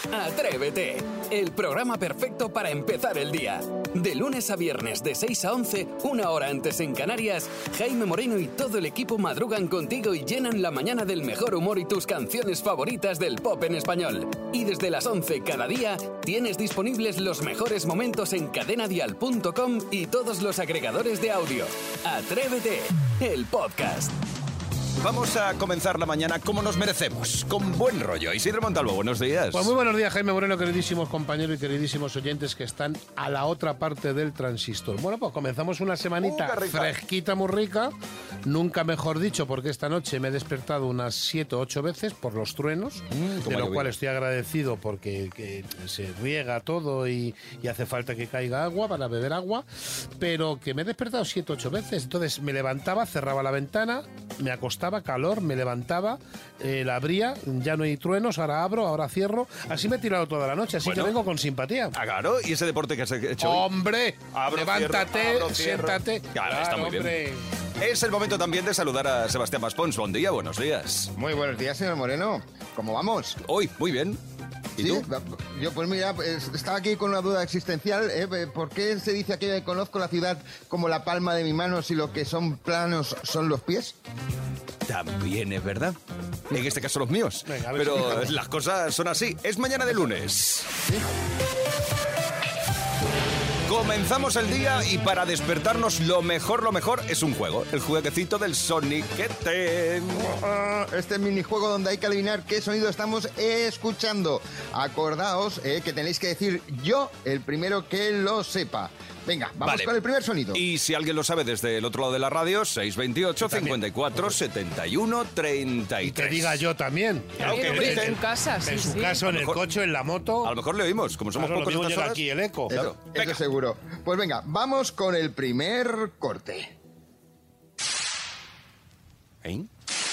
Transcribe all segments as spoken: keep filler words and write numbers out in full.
Atrévete, el programa perfecto para empezar el día. De lunes a viernes de seis a once, una hora antes en Canarias, Jaime Moreno y todo el equipo madrugan contigo y llenan la mañana del mejor humor y tus canciones favoritas del pop en español. Y desde las once cada día, tienes disponibles los mejores momentos en cadena dial punto com y todos los agregadores de audio. Atrévete, el podcast. Vamos a comenzar la mañana como nos merecemos, con buen rollo. Isidro Montalvo, buenos días. Pues muy buenos días, Jaime Moreno, queridísimos compañeros y queridísimos oyentes que están a la otra parte del transistor. Bueno, pues comenzamos una semanita uh, fresquita, muy rica. Nunca mejor dicho, porque esta noche me he despertado unas siete o ocho veces por los truenos, mm, de lo cual estoy agradecido porque que se riega todo y, y hace falta que caiga agua para beber agua, pero que me he despertado siete o ocho veces. Entonces me levantaba, cerraba la ventana, me acostaba, calor, me levantaba, eh, la abría, ya no hay truenos, ahora abro, ahora cierro. Así me he tirado toda la noche, así bueno, que vengo con simpatía. Ah, claro, ¿y ese deporte que has hecho hoy? ¡Hombre! Abro, levántate, cierro, abro, siéntate. Claro, claro, está muy hombre. bien. Es el momento también de saludar a Sebastián Maspons. Buen día, buenos días. Muy buenos días, señor Moreno. ¿Cómo vamos? Hoy, muy bien. ¿Y ¿Sí? tú? Yo, pues mira, estaba aquí con una duda existencial. ¿eh? ¿Por qué se dice aquí que conozco la ciudad como la palma de mi mano si lo que son planos son los pies? También es verdad. En este caso los míos. Venga, pero si las cosas son así. Es mañana de lunes. ¿Sí? Comenzamos el día y para despertarnos lo mejor, lo mejor es un juego. El jueguecito del Soniquete. Este minijuego donde hay que adivinar qué sonido estamos escuchando. Acordaos eh, que tenéis que decir yo el primero que lo sepa. Venga, vamos vale. con el primer sonido. Y si alguien lo sabe desde el otro lado de la radio, seis veintiocho, cincuenta y cuatro, setenta y uno, treinta y tres. Y que diga yo también. Claro, que griten. En su casa, sí, En su sí. casa, en el mejor, coche, en la moto. A lo mejor le oímos, como somos claro, pocos lo mismo estas llega horas. aquí el eco. Eso, claro. eso seguro. Pues venga, vamos con el primer corte. ¿Eh?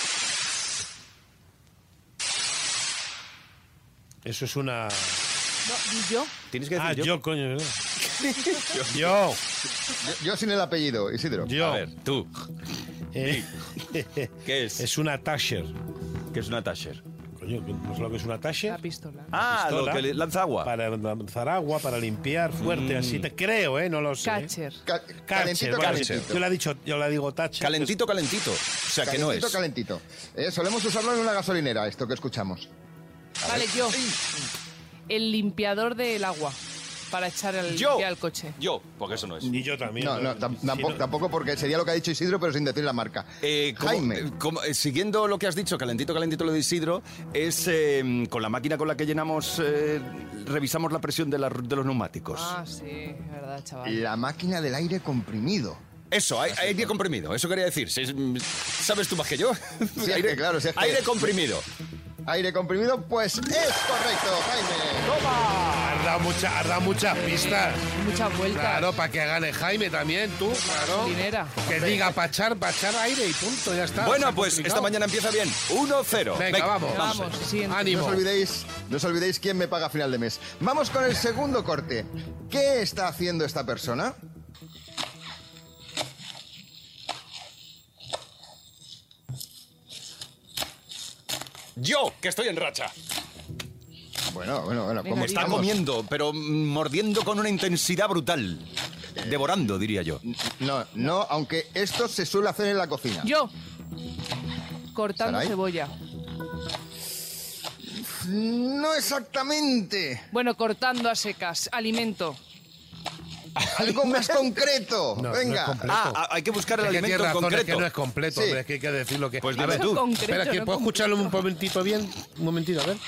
Eso es una... No, ¿y yo? Tienes que decir Ah, yo. yo, coño, ¿verdad? yo. Yo. Yo, yo sin el apellido, Isidro. Yo. A ver, tú. Eh, ¿Qué es? Es una Tasher. ¿Qué es una Tasher? Coño, ¿no es lo que es una Tasher? La pistola. Ah, pistola, lo que lanza agua. Para lanzar agua, para limpiar fuerte, Mm. así. Te creo, ¿eh? No lo sé. Catcher. Ca- Catcher, calentito, bueno, calentito. yo le he dicho, yo le digo Thatcher. Calentito, calentito. O sea, que no es. Calentito, calentito. Eh, solemos usarlo en una gasolinera, esto que escuchamos. A Vale, ver. yo. El limpiador del agua. Para echar el Yo. limpiar el coche. Yo, porque eso no es. Y yo también. No, no, tam- Si tampoco, no- tampoco porque sería lo que ha dicho Isidro, pero sin decir la marca. Eh, como- Jaime. eh, como, eh, siguiendo lo que has dicho, calentito, calentito lo de Isidro, es eh, con la máquina con la que llenamos, eh, revisamos la presión de, la- de los neumáticos. Ah, sí, verdad, chaval. La máquina del aire comprimido. Eso, hay- aire comprimido, eso quería decir. Si es- ¿Sabes tú más que yo? Sí, es que claro, si es que- aire comprimido. Aire comprimido, pues es correcto, Jaime. ¡Toma! Has dado, mucha, has dado muchas pistas. Muchas vueltas. Claro, para que gane Jaime también, tú. Claro. Gasolinera. Que diga para echar, pa' echar aire y punto, ya está. Bueno, Se ha pues complicado. esta mañana empieza bien. uno cero. Venga, vamos. Vamos, siguiente. No Ánimo. os olvidéis, no os olvidéis quién me paga a final de mes. Vamos con el segundo corte. ¿Qué está haciendo esta persona? Yo, que estoy en racha. Bueno, bueno, bueno. Venga, ¿Cómo diga. Está estamos? comiendo, pero mm, mordiendo con una intensidad brutal. Devorando, diría yo. No, no, aunque esto se suele hacer en la cocina. Yo. Cortando ¿Saray? cebolla. No exactamente. Bueno, cortando a secas. Alimento. Algo más concreto. No, no Venga. es completo. Ah, ah, hay que buscar el Es que alimento tiene en razón, es concreto. que no es completo, Sí. hombre, es que hay que decir lo que... Pues a dime ver, tú. Concreto, espera, que no ¿puedo completo. escucharlo un momentito bien? Un momentito, a ver.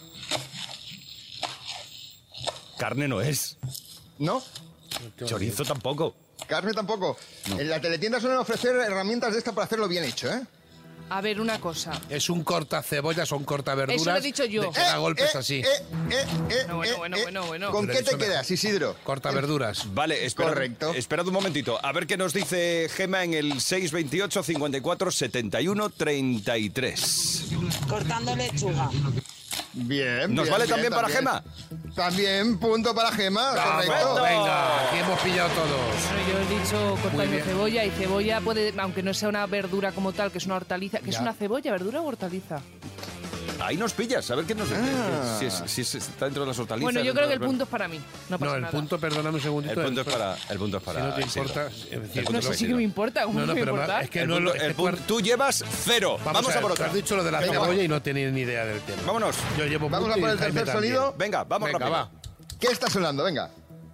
Carne no es. ¿No? Chorizo tampoco. Carne tampoco. En la teletienda suelen ofrecer herramientas de esta para hacerlo bien hecho, ¿eh? A ver, una cosa. Es un corta cebollas o un corta verduras. Eso lo he dicho yo. De que da golpes Eh, así. eh, eh, eh, Bueno, eh, bueno, eh. bueno, bueno. ¿Con Lo he qué te dicho mejor. quedas, Isidro? Corta verduras. Vale, espera, Correcto. Esperad un momentito. A ver qué nos dice Gema en el seis veintiocho, cincuenta y cuatro, setenta y uno, treinta y tres. Cortando lechuga. Bien. ¿Nos bien, vale bien, también para Gema? También, punto para Gema. ¡Perfecto! Correcto. Venga, aquí hemos pillado todos. Bueno, yo he dicho Muy cortando bien. cebolla y cebolla puede, aunque no sea una verdura como tal, que es una hortaliza, que es Ya. una cebolla, verdura o hortaliza. Ahí nos pillas, a ver qué nos Ah. si, si, si, si está dentro de las hortalizas. Bueno, yo dentro creo que del- el punto es para mí. No pasa No, el nada. punto, perdóname un segundito. El punto es el- para... El punto es para Si no te Isidro. importa... es decir, El punto No es sé para si que me Isidro. importa. ¿Cómo No, no, me pero importa? es que El no punto- lo... es el que tú punto- has- tú llevas cero. Vamos, a, ver, por tú otra. has dicho lo de la Venga, cebolla va. y no tenía ni idea del tema. Vámonos. Yo llevo Vamos punto a por y el Jaime tercer también. sonido. Venga, vamos Venga, rápido. va. ¿Qué está sonando? Venga.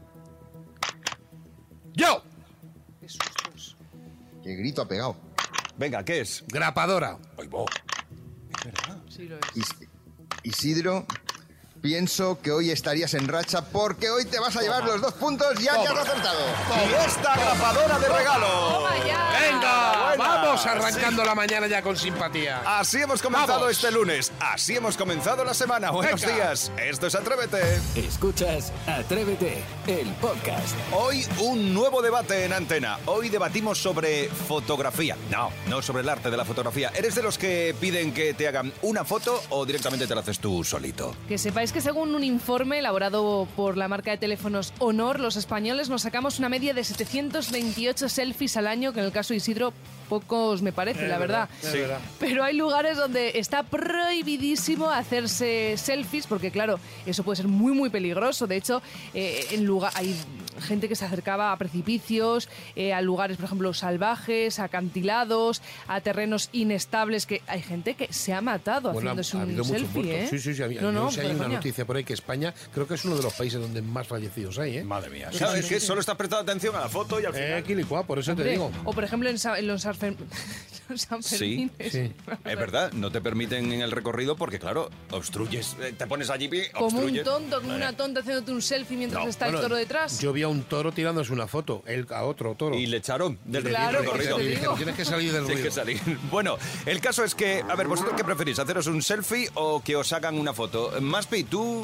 ¡Yo! Qué sustos. Qué grito ha pegado. Venga, ¿qué es? Grapadora. Ay, bo. Sí lo es. Is- Isidro, pienso que hoy estarías en racha porque hoy te vas a llevar los dos puntos ya que has acertado. Y esta grapadora de regalo. ¡Toma ya! ¡Venga! Buena. ¡Vamos arrancando la mañana ya con simpatía! Así hemos comenzado Vamos. este lunes. Así hemos comenzado la semana. Buenos Venga. días. Esto es Atrévete. Escuchas Atrévete, el podcast. Hoy un nuevo debate en Antena. Hoy debatimos sobre fotografía. No, no sobre el arte de la fotografía. ¿Eres de los que piden que te hagan una foto o directamente te la haces tú solito? Que sepáis que según un informe elaborado por la marca de teléfonos Honor, los españoles nos sacamos una media de setecientos veintiocho selfies al año, que en el caso de Isidro pocos me parece, Es la verdad. es Sí. verdad. Pero hay lugares donde está prohibidísimo hacerse selfies, porque claro, eso puede ser muy muy peligroso. De hecho, eh, en lugar hay gente que se acercaba a precipicios, eh, a lugares, por ejemplo, salvajes, acantilados, a terrenos inestables, que hay gente que se ha matado Bueno, haciéndose ha un habido muchos selfie, muertos. ¿eh? Sí, sí, sí. Había, No, no, yo sé, hay fuera una coña. noticia por ahí que España creo que es uno de los países donde más fallecidos hay, ¿eh? Madre mía. Claro, es que solo estás prestando atención a la foto y al Eh, final... Quilicua, por eso te Hombre, digo. O por ejemplo en, Sa- en los Sanfer- los San Sí, Fermines. sí. Es verdad, no te permiten en el recorrido porque, claro, obstruyes, eh, te pones allí y Como un obstruyes. tonto, como una tonta haciéndote un selfie mientras No, está Bueno, el toro detrás. Yo vi a un toro tirándose una foto, él a otro toro. Y le echaron desde Claro, el pues recorrido. te Y digo. dijeron, tienes que salir del Tienes ruido. que salir. Bueno, el caso es que, a ver, ¿vosotros qué preferís? ¿Haceros un selfie o que os hagan una foto? Maspi, tú...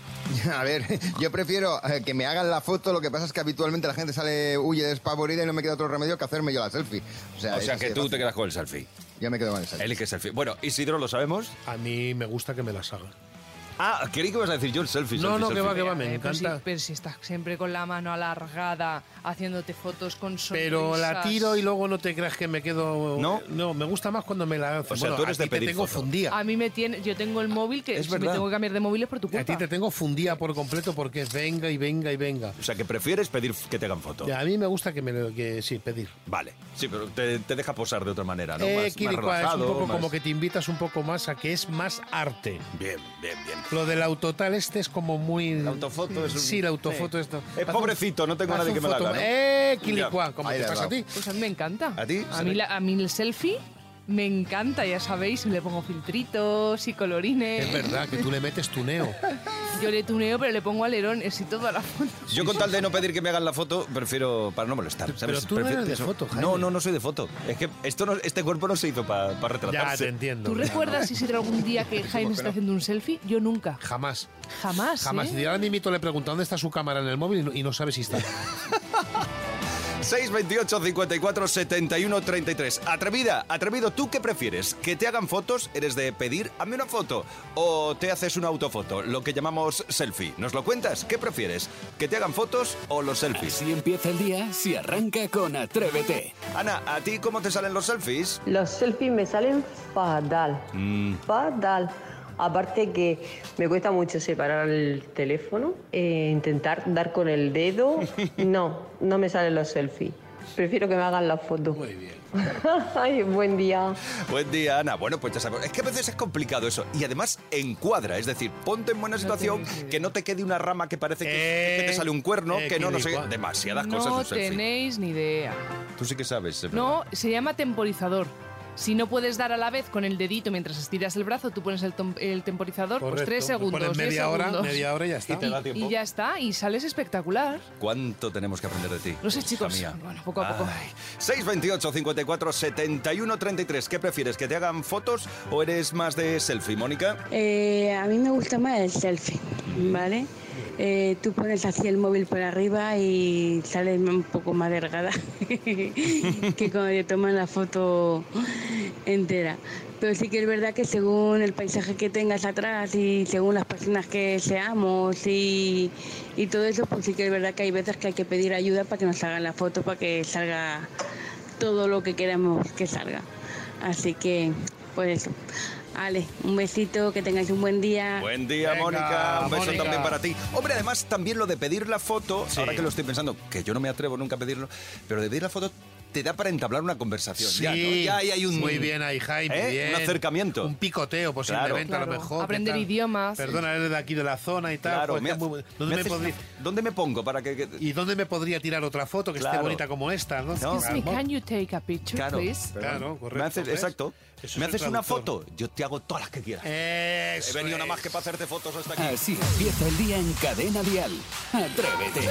A ver, yo prefiero eh, que me hagan la foto, lo que pasa es que habitualmente la gente sale, huye despavorida y no me queda otro remedio que hacerme yo la selfie. O sea, O sea es que así de tú fácil. te quedas con el selfie. Yo me quedo con el selfie. Él y que selfie. Bueno, Isidro, ¿lo sabemos? A mí me gusta que me las hagan. Ah, creí que ibas a decir yo el selfie. No, selfie, no, que selfie. va, que va, me Eh, pero, si, encanta. pero si estás siempre con la mano alargada, haciéndote fotos con sonrisas. Pero la tiro y luego no te creas que me quedo... ¿No? No, me gusta más cuando me la hacen. O sea, tú eres a de ti te pedir tengo foto. fundía. A mí me tiene... Yo tengo el móvil que Es si me verdad. tengo que cambiar de móvil es por tu A culpa. ti te tengo fundía por completo porque es venga y venga y venga. O sea, que prefieres pedir que te hagan foto. Y a mí me gusta que me lo- que sí, pedir. Vale. Sí, pero te, te deja posar de otra manera, ¿no? eh, Más- más Quiricua, es un relajado, poco más- como que te invitas un poco más a que es más arte. Bien, bien, bien. Lo del autotal este es como muy... La autofoto es un- Sí, la autofoto esto. Es pobrecito, no tengo a Haz nadie un que me la foto- haga, ¿no? Eh, Quilicua, Ya. como Ahí te le pasa has a ti. Pues a mí me encanta. ¿A ti? A mí, la- a mí el selfie me encanta, ya sabéis. Le pongo filtritos y colorines. Es verdad que tú le metes tuneo. Yo le tuneo, pero le pongo alerones y todo a la foto. Yo con tal de no pedir que me hagan la foto, prefiero para no molestar, ¿sabes? tú no Prefiero eres de eso. foto, Jaime. No, no, no soy de foto. Es que esto no- este cuerpo no se hizo para Ya, retratarse. te entiendo. ¿Tú Ya, recuerdas, Isidro, algún día que Jaime está haciendo un selfie? Yo nunca. Jamás. Jamás, Jamás. ¿eh? Y ahora mismo le pregunto dónde está su cámara en el móvil y no, y no sabe si está. seis veintiocho, cincuenta y cuatro, setenta y uno, treinta y tres. Atrevida, atrevido, ¿tú qué prefieres? ¿Que te hagan fotos? ¿Eres de pedir? Hazme una foto. ¿O te haces una autofoto? Lo que llamamos selfie. ¿Nos lo cuentas? ¿Qué prefieres? ¿Que te hagan fotos o los selfies? Así empieza el día si arranca con Atrévete. Ana, ¿a ti cómo te salen los selfies? Los selfies me salen fatal, Mm, fatal. Aparte que me cuesta mucho separar el teléfono, eh, intentar dar con el dedo. No, no me salen los selfies. Prefiero que me hagan la foto. Muy bien. Ay, buen día. Buen día, Ana. Bueno, pues ya sabes. Es que a veces es complicado eso. Y además encuadra. Es decir, ponte en buena situación, que no te quede una rama que parece que, Eh, que te sale un cuerno, eh, que no, no sé. Quilicua. Demasiadas cosas en No un selfie. tenéis ni idea. Tú sí que sabes. es No, se llama temporizador. Si no puedes dar a la vez con el dedito mientras estiras el brazo, tú pones el, tom- el temporizador, pues Correcto. tres segundos. Pones diez media hora, segundos. media hora y ya está. Y te da tiempo. Y ya está, y sales espectacular. ¿Cuánto tenemos que aprender de ti? No sé, hija chicos. mía? Bueno, poco a poco. Ay. seis veintiocho, cincuenta y cuatro, setenta y uno, treinta y tres. ¿Qué prefieres? ¿Que te hagan fotos o eres más de selfie, Mónica? Eh, a mí me gusta más el selfie, ¿vale? Eh, tú pones así el móvil por arriba y sales un poco más delgada que cuando te toman la foto entera. Pero sí que es verdad que según el paisaje que tengas atrás y según las personas que seamos y, y todo eso, pues sí que es verdad que hay veces que hay que pedir ayuda para que nos hagan la foto, para que salga todo lo que queramos que salga. Así que, pues eso. Vale, un besito, que tengáis un buen día. Buen día, Venga, Mónica. Un beso Mónica. también para ti. Hombre, además, también lo de pedir la foto, Sí. ahora que lo estoy pensando, que yo no me atrevo nunca a pedirlo, pero de pedir la foto te da para entablar una conversación. Sí, ya, ¿no? Ya ahí hay un... muy bien ahí, Jaime, ¿Eh? bien. Un acercamiento. Un picoteo, posiblemente, Claro. a lo mejor. ¿qué Aprender tal? idiomas. Perdona, eres de aquí de la zona y tal. Claro, pues, me que hace- muy- ¿dónde, me me haces- podría, ¿Dónde me pongo para que...? que- ¿Y dónde me podría tirar otra foto que esté Claro. bonita como esta? ¿no? No. Excuse me, can you take a picture, Claro. please? Claro, correcto. me haces, ¿ves? exacto. Eso ¿Me es el haces una traductor. foto? Yo te hago todas las que quieras. Eso He venido es. nada más que para hacerte fotos hasta aquí. Así empieza el día en Cadena Dial. Atrévete.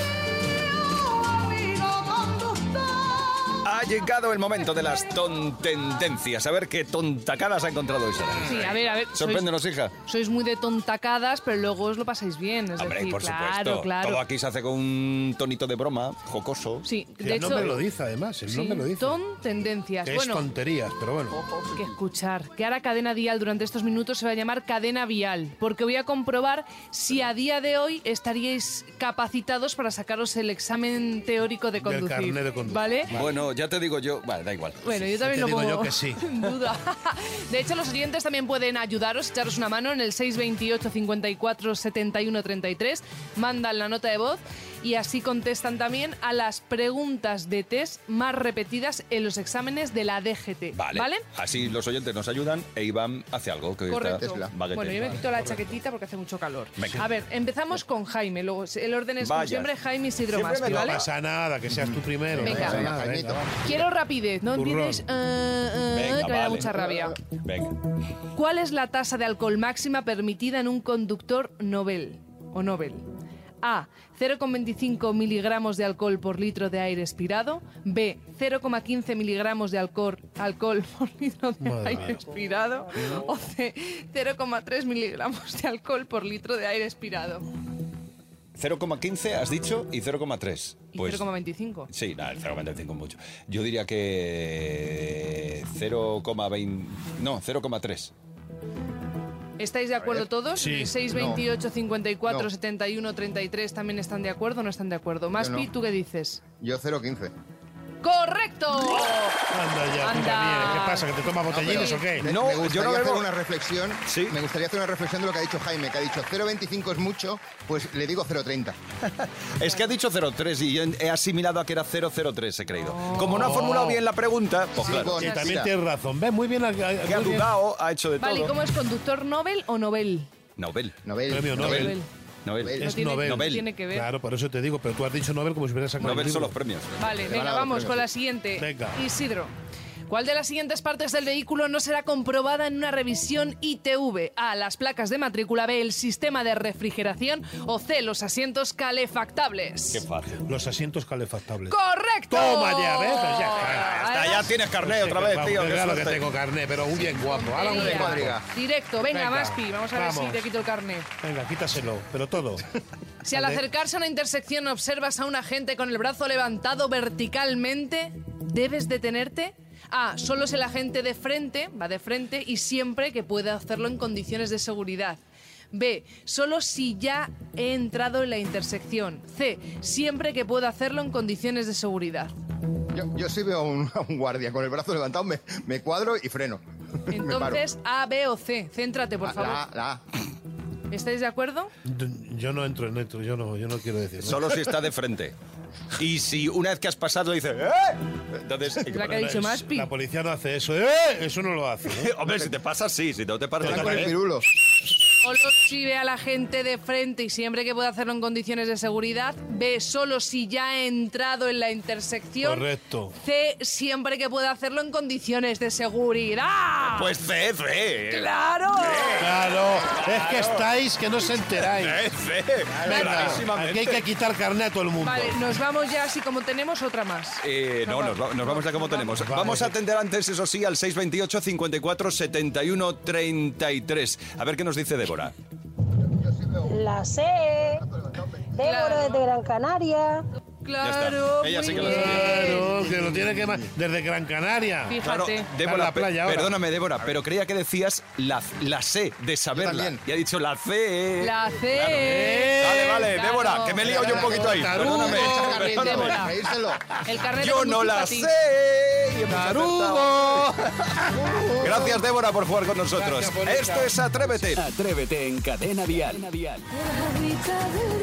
Ha llegado el momento de las tontendencias. A ver qué tontacadas ha encontrado hoy Sara. Sí, a ver, a ver. sois- Sorpréndenos, hija. Sois muy de tontacadas, pero luego os lo pasáis bien. Es Hombre, decir, por claro, supuesto. claro. Todo aquí se hace con un tonito de broma, jocoso. Sí, Sí, de el hecho. nombre lo dice, además. El sí, nombre lo dice. tontendencias. Que es Bueno, tonterías, pero bueno. que escuchar. Que ahora Cadena Dial durante estos minutos se va a llamar Cadena Vial, porque voy a comprobar si a día de hoy estaríais capacitados para sacaros el examen teórico de conducir. carnet de conducir. ¿Vale? Bueno, ya te digo yo... Vale, da igual. Bueno, yo también te lo digo pongo yo que sí. en duda. De hecho, los oyentes también pueden ayudaros, echaros una mano en el seis veintiocho, cincuenta y cuatro, setenta y uno, treinta y tres. Mandan la nota de voz y así contestan también a las preguntas de test más repetidas en los exámenes de la D G T. Vale. ¿Vale? Así los oyentes nos ayudan e Iván hace algo. Que hoy está Correcto. baguete. Bueno, yo me quito la chaquetita porque hace mucho calor. Venga. A ver, empezamos con Jaime. Luego, el orden es como Vaya. siempre Jaime Isidro Siempre Maspi, me ¿vale? No pasa nada, que seas tú primero. Venga. No pasa Venga, nada, Jaimito. venga, va. Quiero rapidez, no Turrón. empieces uh, uh, Venga, que me da vale. mucha rabia. Venga. ¿Cuál es la tasa de alcohol máxima permitida en un conductor Nobel o Nobel? A. cero coma veinticinco miligramos de alcohol por litro de aire expirado. B. cero coma quince miligramos de alcohol, alcohol por litro de Madre aire mía. expirado. O C. cero coma tres miligramos de alcohol por litro de aire expirado. cero coma quince has dicho y cero coma tres. Y Pues, cero coma veinticinco. sí, nada, el cero coma veinticinco es mucho. Yo diría que cero coma veinte... No, cero coma tres. ¿Estáis de acuerdo todos? Sí. seis veintiocho, cincuenta y cuatro, setenta y uno, treinta y tres también están de acuerdo o no están de acuerdo. Maspi, no. ¿tú qué dices? Yo cero quince. ¡Correcto! Anda ya, tú Anda. también. ¿Qué pasa? ¿Que te tomas botellines pero- o qué? Me- No, me yo gustaría no bebo. hacer una reflexión. Sí. Me gustaría hacer una reflexión de lo que ha dicho Jaime, que ha dicho cero coma veinticinco es mucho, pues le digo cero coma treinta. Es que ha dicho cero coma tres y yo he asimilado a que era cero coma cero tres, he creído. Como no ha formulado bien la pregunta, pues Sí, claro. con- Y también Mira. tienes razón. ¿Ves? Muy bien. a- a- Que ha muy bien. dudado, ha hecho de Vale, ¿y todo. cómo es conductor Nobel o Nobel? Nobel. Nobel. Premio Nobel. Nobel. Nobel. Nobel. Es tiene, Nobel. no Nobel. tiene que ver. Claro, por eso te digo, pero tú has dicho Nobel como si hubieras sacado Nobel el son los libro. premios. Vale, van venga, a dar vamos premios, con la sí. siguiente. Venga. Isidro. ¿Cuál de las siguientes partes del vehículo no será comprobada en una revisión I T V? A. Las placas de matrícula. B. El sistema de refrigeración. O C. Los asientos calefactables. Qué fácil. Los asientos calefactables. ¡Correcto! Toma ya, ¿ves? Pues ya está. Ya está, Además- ya tienes carnet otra vez, Vamos, tío. que qué claro que suerte. tengo carnet, pero un bien guapo. Ahora un bien Venga, guapo. cuadriga. Directo, venga, Venga, Maspi, vamos a ver vamos. si te quito el carnet. Venga, quítaselo, pero todo. Si al Vale. acercarse a una intersección observas a un agente con el brazo levantado verticalmente, ¿debes detenerte? A. Solo es el agente de frente, va de frente y siempre que pueda hacerlo en condiciones de seguridad. B. Solo si ya he entrado en la intersección. C. Siempre que pueda hacerlo en condiciones de seguridad. Yo, yo sí veo a un, a un guardia con el brazo levantado, me, me cuadro y freno. Me paro. Entonces, A, B o C. Céntrate, por La- favor. la- la- ¿Estáis de acuerdo? Yo no entro, no entro, yo no, yo no quiero decir. ¿no? Solo si está de frente. Y si una vez que has pasado dice... ¡Eh! Entonces... hay que La que ha parar. dicho Es- Maspi. La policía no hace eso. ¡Eh! Eso no lo hace. ¿eh? Hombre, si te pasas, sí. Si no te pasas... Está con el ¿eh? pirulo. Solo si ve a la gente de frente y siempre que pueda hacerlo en condiciones de seguridad. B, solo si ya ha entrado en la intersección. Correcto. C, siempre que pueda hacerlo en condiciones de seguridad. Pues C, C. ¡Claro! Claro, es que estáis que no os enteráis. C, C. Venga, Clarísimamente. aquí hay que quitar carnet a todo el mundo. Vale, nos vamos ya así como tenemos otra más. Eh, no, nos, va- nos vamos ya como tenemos. Vamos a atender antes, eso sí, al seis veintiocho, cincuenta y cuatro, setenta y uno, treinta y tres. A ver qué nos dice Débora. La sé. Débora desde Gran Canaria. Claro, Ella sí muy que lo sabe. bien. Claro, que lo tiene que ma- desde Gran Canaria. Claro, Fíjate. Está en la pe- playa ahora. perdóname, Débora, pero creía que decías la, la C de saberla. también. Y ha dicho la C. La C. Vale, vale, Claro. Débora, que me he liado yo un poquito ahí. Tarugo. Perdóname. Bien, perdóname. Débora. Reírselo. El carnet de Yo no conducir la para ti. sé. ¡Tarugo! Gracias, Débora, por jugar con nosotros. Gracias, Esto es Atrévete. Atrévete en Cadena Dial. Eres agüita del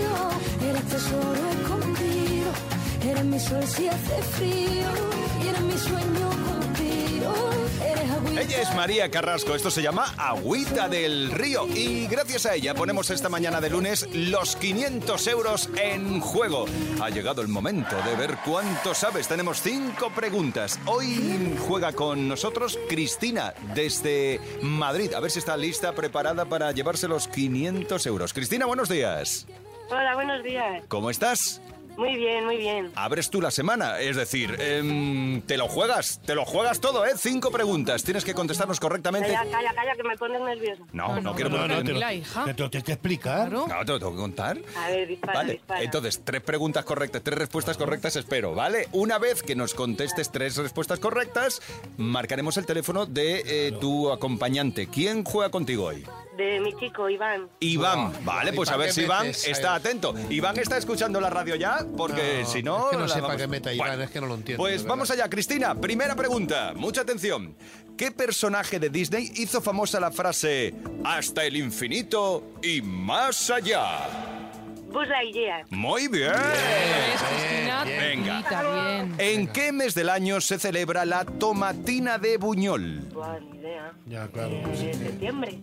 río, eres tesoro escondido, eres mi sol si hace frío, y eres mi sueño contigo, eres agüita. Ella es María Carrasco, esto se llama Agüita del Río y gracias a ella ponemos esta mañana de lunes los quinientos euros en juego. Ha llegado el momento de ver cuánto sabes, tenemos cinco preguntas. Hoy juega con nosotros Cristina desde Madrid, a ver si está lista, preparada para llevarse los quinientos euros. Cristina, buenos días. Hola, buenos días. ¿Cómo estás? Muy bien, muy bien. Abres tú la semana, es decir, eh, te lo juegas, te lo juegas todo, ¿eh? Cinco preguntas, tienes que contestarnos correctamente. Calla, calla, calla, que me pones nerviosa. No, no, no quiero No, no, poner te lo, La hija. te lo tienes que explicar. Claro. No, te lo tengo que contar. A ver, dispara, Vale, dispara. entonces, tres preguntas correctas, tres respuestas correctas, espero, ¿vale? Una vez que nos contestes tres respuestas correctas, marcaremos el teléfono de eh, tu acompañante. ¿Quién juega contigo hoy? De mi chico, Iván. Iván, vale, pues a ver si Iván metes? está atento. Iván está escuchando la radio ya, porque No, si no... es que no la sepa vamos- que meta Iván, Bueno, es que no lo entiendo. Pues de verdad. vamos allá, Cristina. Primera pregunta, mucha atención. ¿Qué personaje de Disney hizo famosa la frase hasta el infinito y más allá? Buzz Lightyear. Muy bien. ¿Ves, Cristina? bien. Venga. Tranquilita, bien. ¿En qué mes del año se celebra la tomatina de Buñol? Buah, ni idea. Ya, claro. Eh, septiembre.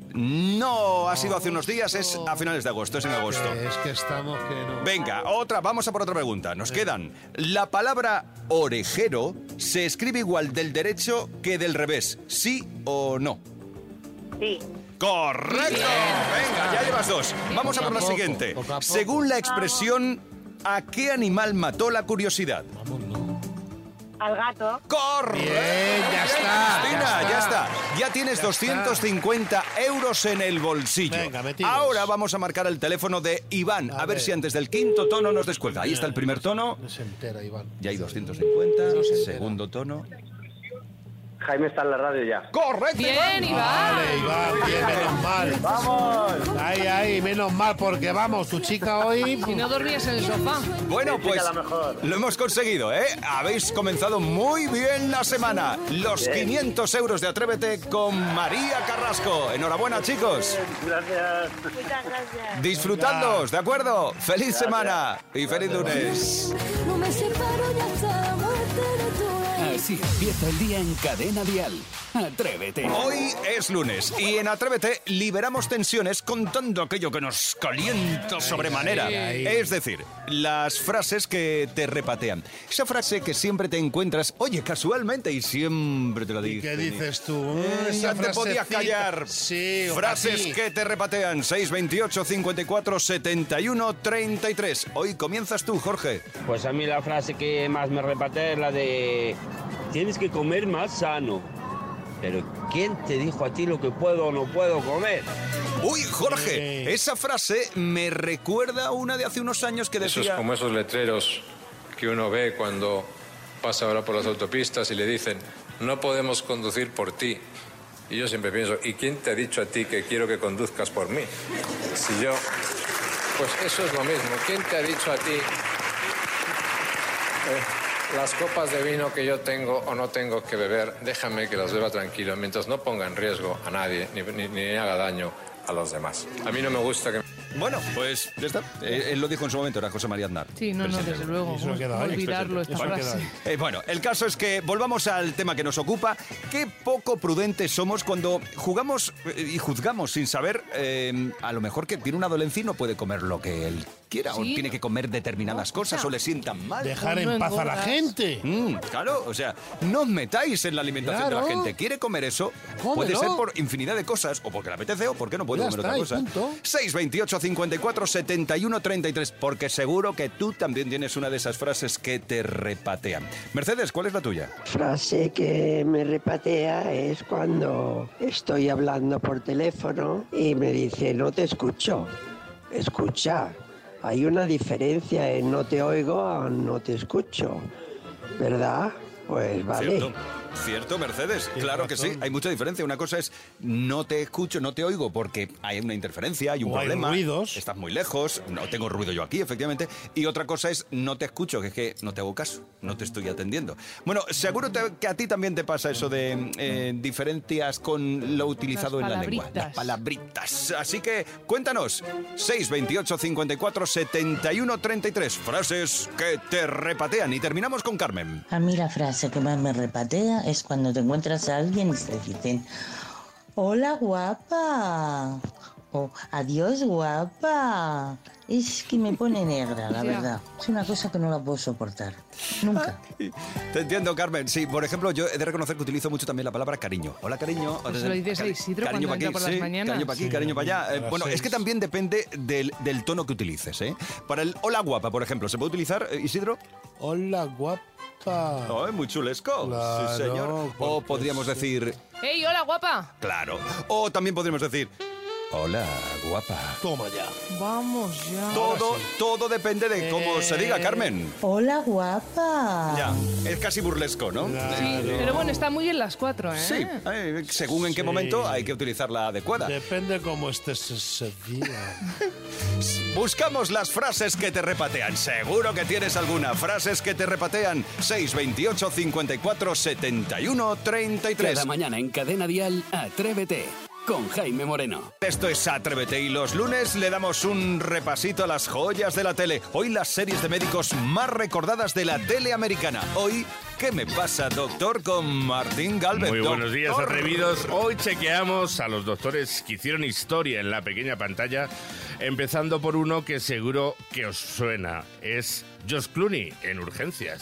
No, ha sido hace unos días, es a finales de agosto, es en agosto. Es que estamos que no. Venga, otra, vamos a por otra pregunta. Nos quedan. La palabra orejero se escribe igual del derecho que del revés. ¿Sí o no? Sí. ¡Correcto! Venga, ya llevas dos. Vamos a por la Poco a poco, siguiente. poco a poco. Según la expresión, ¿a qué animal mató la curiosidad? Vamos, no. Al gato. ¡Correcto! Bien, ya está, Cristina, ya está. ya está. Ya tienes Ya doscientos cincuenta euros en el bolsillo. Venga, metidos. Ahora vamos a marcar el teléfono de Iván. A, A ver ver. si antes del quinto tono nos descuelga. Ahí está el primer tono. No se entera, Iván. Ya hay doscientos cincuenta. No se entera. Segundo tono. Jaime está en la radio ya. ¡Correcto! Bien, Iván. Vale, Iván, bien, menos mal. ¡Vamos! Ahí, ahí, menos mal, porque vamos, tu chica hoy. Si no dormías en el sofá. Bueno, pues la mejor. lo hemos conseguido, ¿eh? Habéis comenzado muy bien la semana. Los quinientos euros de Atrévete con María Carrasco. Enhorabuena, chicos. Gracias. Muchas gracias. Disfrutándoos, ¿de acuerdo? ¡Feliz semana y feliz lunes! No me separo ya hasta la muerte de tu vez. Así empieza el día en Cadena Dial. Atrévete. Hoy es lunes y en Atrévete liberamos tensiones contando aquello que nos calienta sobremanera. ay, ay. Es decir, las frases que te repatean. Esa frase que siempre te encuentras, oye, casualmente, y siempre te lo ¿Y dicen. qué dices tú? Eh, Esa ya te podías frasecita. callar. Sí, o Frases así. que te repatean. seis veintiocho, cincuenta y cuatro, setenta y uno, treinta y tres. Hoy comienzas tú, Jorge. Pues a mí la frase que más me repatea es la de tienes que comer más sano. Pero ¿quién te dijo a ti lo que puedo o no puedo comer? Uy, Jorge, esa frase me recuerda a una de hace unos años que Eso decía... es como esos letreros que uno ve cuando pasa ahora por las autopistas y le dicen, no podemos conducir por ti. Y yo siempre pienso, ¿y quién te ha dicho a ti que quiero que conduzcas por mí? Si yo... Pues eso es lo mismo. ¿Quién te ha dicho a ti eh, las copas de vino que yo tengo o no tengo que beber? Déjame que las beba tranquilo, mientras no ponga en riesgo a nadie ni, ni, ni haga daño a los demás. A mí no me gusta que... Bueno, pues ya está. Eh, él lo dijo en su momento, era José María Aznar. Sí, no, no, desde luego. Eso queda ahí, Olvidarlo esta eso queda frase. ahí. Eh, bueno, el caso es que volvamos al tema que nos ocupa. Qué poco prudentes somos cuando jugamos eh, y juzgamos sin saber, eh, a lo mejor que tiene una dolencia y no puede comer lo que él quiera, o Sí. tiene que comer determinadas cosas, o le sientan mal. Dejar No en paz a la engordas. gente. Mm, claro, o sea, no os metáis en la alimentación de Claro. la gente. ¿Quiere comer eso? Cómelo. Puede ser por infinidad de cosas, o porque le apetece, o porque no puede Ya comer está, otra y cosa. punto. seis veintiocho, cincuenta y cuatro, setenta y uno, treinta y tres, porque seguro que tú también tienes una de esas frases que te repatean. Mercedes, ¿cuál es la tuya? Frase que me repatea es cuando estoy hablando por teléfono y me dice, no te escucho. Escucha, hay una diferencia en no te oigo a no te escucho, ¿verdad? Pues vale. Cierto. Cierto, Mercedes, Tienes claro que sí, razón. hay mucha diferencia. Una cosa es no te escucho, no te oigo porque hay una interferencia, hay un O hay problema. ruidos. Estás muy lejos, no tengo ruido yo aquí, efectivamente. Y otra cosa es no te escucho, que es que no te hago caso, no te estoy atendiendo. Bueno, seguro te- que a ti también te pasa eso de eh, diferencias con lo utilizado Las en la lengua. palabritas. Las palabritas. Así que cuéntanos, seis veintiocho cincuenta y cuatro setenta y uno treinta y tres, frases que te repatean. Y terminamos con Carmen. A mí la frase que más me repatea es cuando te encuentras a alguien y te dicen hola guapa o adiós guapa. Es que me pone negra, la Ya. verdad. Es una cosa que no la puedo soportar. Nunca. Te entiendo, Carmen. Sí, por ejemplo, yo he de reconocer que utilizo mucho también la palabra cariño. Hola, cariño. Pues se lo dices a Isidro cariño cuando pa' entra aquí, por las sí, mañanas. Cariño para aquí, Sí, cariño para allá. a Eh, las bueno, es seis. que también depende del, del tono que utilices, ¿eh? Para el hola guapa, por ejemplo, ¿se puede utilizar, eh, Isidro? Hola, guapa. Oh, es muy chulesco. Claro, sí, señor. O porque podríamos sí. decir, ¡Ey, hola, guapa! claro. O también podríamos decir, hola guapa. Toma ya. Vamos ya. Todo, todo depende de cómo se diga, Carmen. Hola guapa. Ya, es casi burlesco, ¿no? Sí, pero bueno, está muy bien las cuatro, ¿eh? Sí, eh, según en qué Sí. momento hay que utilizar la adecuada. Depende cómo estés ese día. Buscamos las frases que te repatean. Seguro que tienes alguna. Frases que te repatean. seis veintiocho cincuenta y cuatro setenta y uno treinta y tres. Cada mañana en Cadena Dial, Atrévete con Jaime Moreno. Esto es Atrévete y los lunes le damos un repasito a las joyas de la tele. Hoy las series de médicos más recordadas de la tele americana. Hoy, ¿qué me pasa, doctor? Con Martín Galvez. Muy buenos días, Doctor. atrevidos. Hoy chequeamos a los doctores que hicieron historia en la pequeña pantalla, empezando por uno que seguro que os suena. Es George Clooney en Urgencias.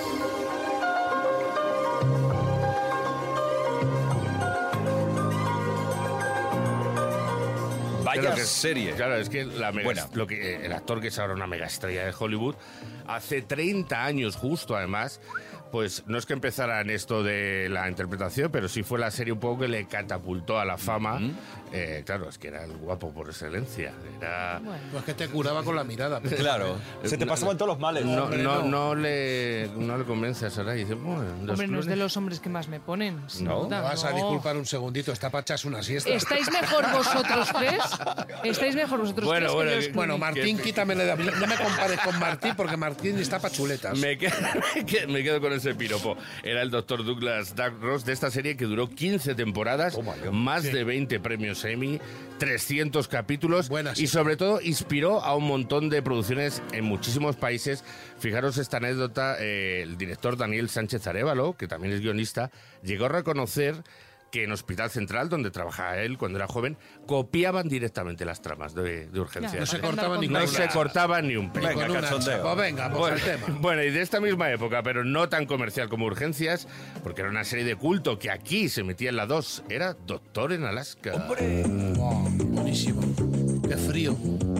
Vaya Claro que- serie. Claro, es que, la mega- Buena. lo que el actor que es ahora una mega estrella de Hollywood, hace treinta años justo además, pues no es que empezara en esto de la interpretación, pero sí fue la serie un poco que le catapultó a la fama. Eh, claro, es que era el guapo por excelencia. Era... Pues que te curaba con la mirada. pero- Claro, se te pasaban todos los males. No, Hombre, no, no. no le, no le convence a Sarai. Dice, bueno, George Hombre, no es de Clooney. los hombres que más me ponen. sin No, duda, Me vas a no. disculpar un segundito, está para echarse una siesta. ¿Estáis mejor vosotros tres? ¿Estáis mejor vosotros Bueno, tres bueno, que George que- Bueno, Clooney? Martín, que- quítame la... No me compares con Martín porque Martín está para chuletas. Me quedo, me quedo- me quedo con ese piropo. Era el doctor Douglas Doug Ross de esta serie que duró quince temporadas, más de veinte premios Emmy, trescientos capítulos Buena y serie. sobre todo inspiró a un montón de producciones en muchísimos países. Fijaros esta anécdota, eh, el director Daniel Sánchez Arévalo, que también es guionista, llegó a reconocer que en Hospital Central, donde trabajaba él cuando era joven, copiaban directamente las tramas de, de urgencias. No se cortaban ni No con se una- cortaban ni un pelo. ni con una hacha. Pues venga, pues Bueno, al tema. bueno, y de esta misma época, pero no tan comercial como Urgencias, porque era una serie de culto que aquí se metía en la dos, era Doctor en Alaska. Wow, buenísimo. Qué frío.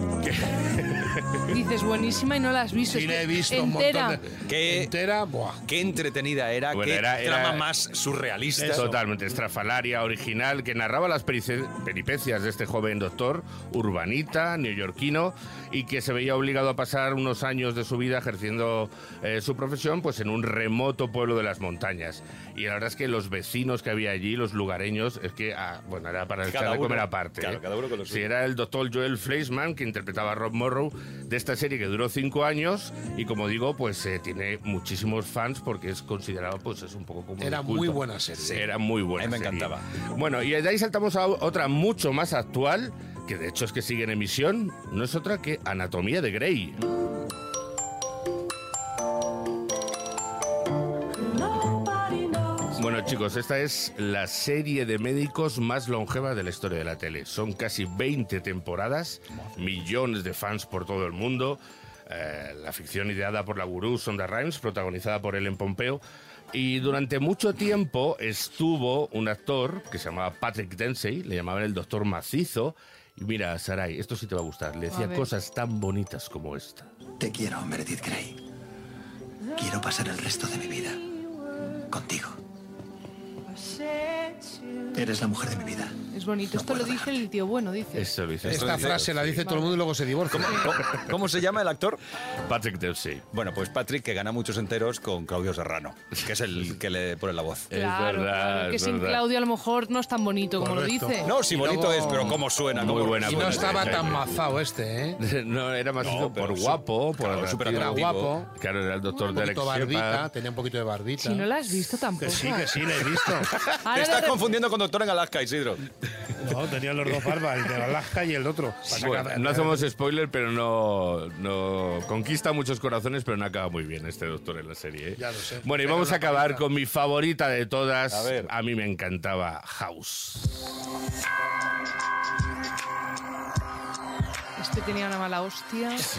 Dices buenísima y no la has visto. Sí, es la que he visto un entera. montón de... Qué, Entera, buah. qué entretenida era, Bueno, qué era- era- trama más surrealista. Totalmente estrafalaria, original, que narraba las perice- peripecias de este joven doctor, urbanita, neoyorquino, y que se veía obligado a pasar unos años de su vida ejerciendo eh, su profesión pues en un remoto pueblo de las montañas. Y la verdad es que los vecinos que había allí, los lugareños, es que, ah, bueno, era para echar Cada de comer uno. aparte. Claro, ¿eh? cada uno con lo Sí, suyo. era el doctor Joel Fleischman, que interpretaba a Rob Morrow, de esta serie que duró cinco años, y como digo, pues eh, tiene muchísimos fans porque es considerado, pues es un poco como Era un culto. muy buena serie. Sí, era muy buena A mí me serie. encantaba. Bueno, y de ahí saltamos a otra mucho más actual, que de hecho es que sigue en emisión, no es otra que Anatomía de Grey. Bueno, chicos, esta es la serie de médicos más longeva de la historia de la tele. Son casi veinte temporadas, millones de fans por todo el mundo. Eh, la ficción ideada por la gurú Sonda Rhimes, protagonizada por Ellen Pompeo. Y durante mucho tiempo estuvo un actor que se llamaba Patrick Dempsey, le llamaban el Doctor Macizo. Y mira, Sarai, esto sí te va a gustar. Le decía ver. cosas tan bonitas como esta. Te quiero, Meredith Grey. Quiero pasar el resto de mi vida contigo. Eres la mujer de mi vida. Es bonito. Esto lo dice el tío bueno, dice. Eso lo dice. Esta frase la dice todo el mundo y luego se divorcia. ¿Cómo, cómo, cómo se llama el actor? Patrick Dempsey. Bueno, pues Patrick, que gana muchos enteros con Claudio Serrano, que es el que le pone la voz. Claro, es verdad, que es sin verdad. Claudio a lo mejor no es tan bonito como Correcto. lo dice. No, sí, Y bonito luego- es, pero cómo suena. Muy cómo- buena Y no voz. estaba Sí, tan sí. mazao este, ¿eh? No, era más No, por pero guapo, por claro, súper atractivo. Era guapo. Claro, era el doctor Un Derek poquito barbita, Shepard. tenía un poquito de barbita. Si no la has visto tampoco. Que sí, que sí, la he visto. Ahora Te de estás re- confundiendo con Doctor en Alaska, Isidro. No, tenía los dos barbas, el de Alaska y el otro. Pasa Bueno, que- no hacemos spoiler, pero no, no conquista muchos corazones, pero no acaba muy bien este doctor en la serie. ¿eh? Ya lo sé. Bueno, y Pero vamos la a acabar palabra- con mi favorita de todas. A ver. A mí me encantaba House. Este tenía una mala hostia. Sí.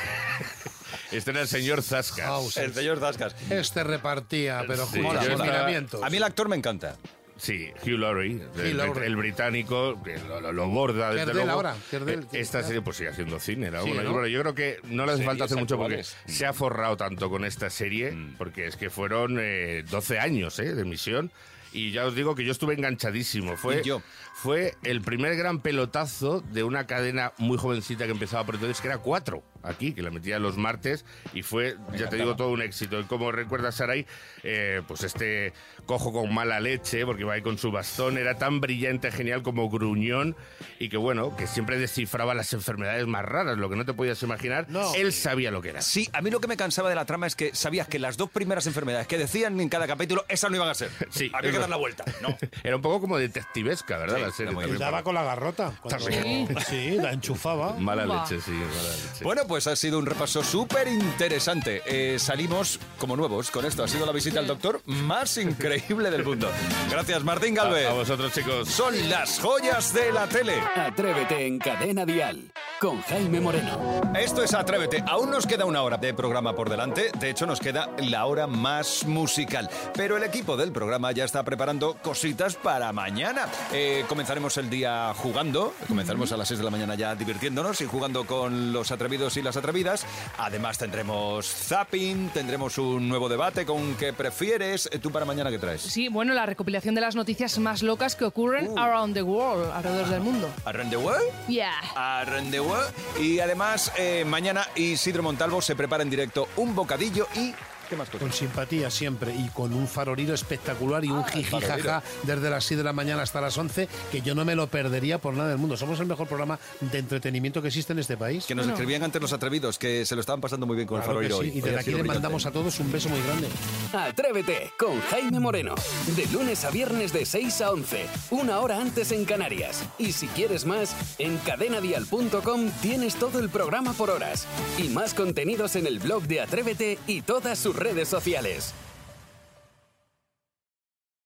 Este era el señor Zaskas. House. El señor Zaskas. Este repartía, pero Sí, justo yo los estaba- miramientos. A mí el actor me encanta. Sí, Hugh Laurie, el, Laurie. el británico, que lo, lo- lo borda ¿Qué desde es de él luego. ahora? ¿Qué es de él? Eh, Esta serie pues sigue haciendo cine. Era Sí, una. ¿no? Bueno, yo creo que no le hace falta hacer Series mucho porque actuales. se ha forrado tanto con esta serie, porque es que fueron eh, doce años eh, de emisión. Y ya os digo que yo estuve enganchadísimo. Fue, Y yo. fue el primer gran pelotazo de una cadena muy jovencita que empezaba por entonces, que era cuatro, aquí, que la metía los martes, y fue, ya te digo, todo un éxito. Y como recuerdas, Saray, eh, pues este cojo con mala leche, porque iba ahí con su bastón, era tan brillante, genial como gruñón, y que bueno, que siempre descifraba las enfermedades más raras, lo que no te podías imaginar. No. Él sabía lo que era. Sí, a mí lo que me cansaba de la trama es que sabías que las dos primeras enfermedades que decían en cada capítulo, esas no iban a ser. Sí, Había es que dar verdad. la vuelta. No. Era un poco como detectivesca, ¿verdad? Sí, la serie era muy Y también. daba con la garrota. cuando- También. Sí, la enchufaba. Mala Buah. leche, sí, mala leche. Bueno, pues ha sido un repaso súper interesante. Eh, salimos como nuevos con esto. Ha sido la visita al doctor más increíble del mundo. Gracias, Martín Galvez. A, a vosotros, chicos. Son las joyas de la tele. Atrévete en Cadena Dial con Jaime Moreno. Esto es Atrévete. Aún nos queda una hora de programa por delante. De hecho, nos queda la hora más musical. Pero el equipo del programa ya está preparando cositas para mañana. Eh, comenzaremos el día jugando. Comenzaremos a las seis de la mañana ya divirtiéndonos y jugando con los atrevidos y las atrevidas. Además, tendremos zapping, tendremos un nuevo debate con qué prefieres. ¿Tú para mañana qué traes? Sí, bueno, la recopilación de las noticias más locas que ocurren around the world, alrededor del mundo. ¿Around the world? Yeah. Around the world. Y además, eh, mañana Isidro Montalvo se prepara en directo un bocadillo y... ¿Qué más cosas? Con simpatía siempre y con un faroliro espectacular y un jiji faroliro. jaja desde las seis de la mañana hasta las once, que yo no me lo perdería por nada del mundo. Somos el mejor programa de entretenimiento que existe en este país. Que nos Bueno. escribían antes los atrevidos, que se lo estaban pasando muy bien con Claro el que faroliro sí. hoy. Y Hoy desde ha aquí sido les brillante. mandamos a todos un beso muy grande. Atrévete con Jaime Moreno. De lunes a viernes de seis a once, una hora antes en Canarias. Y si quieres más, en cadenadial punto com tienes todo el programa por horas. Y más contenidos en el blog de Atrévete y todas sus redes sociales.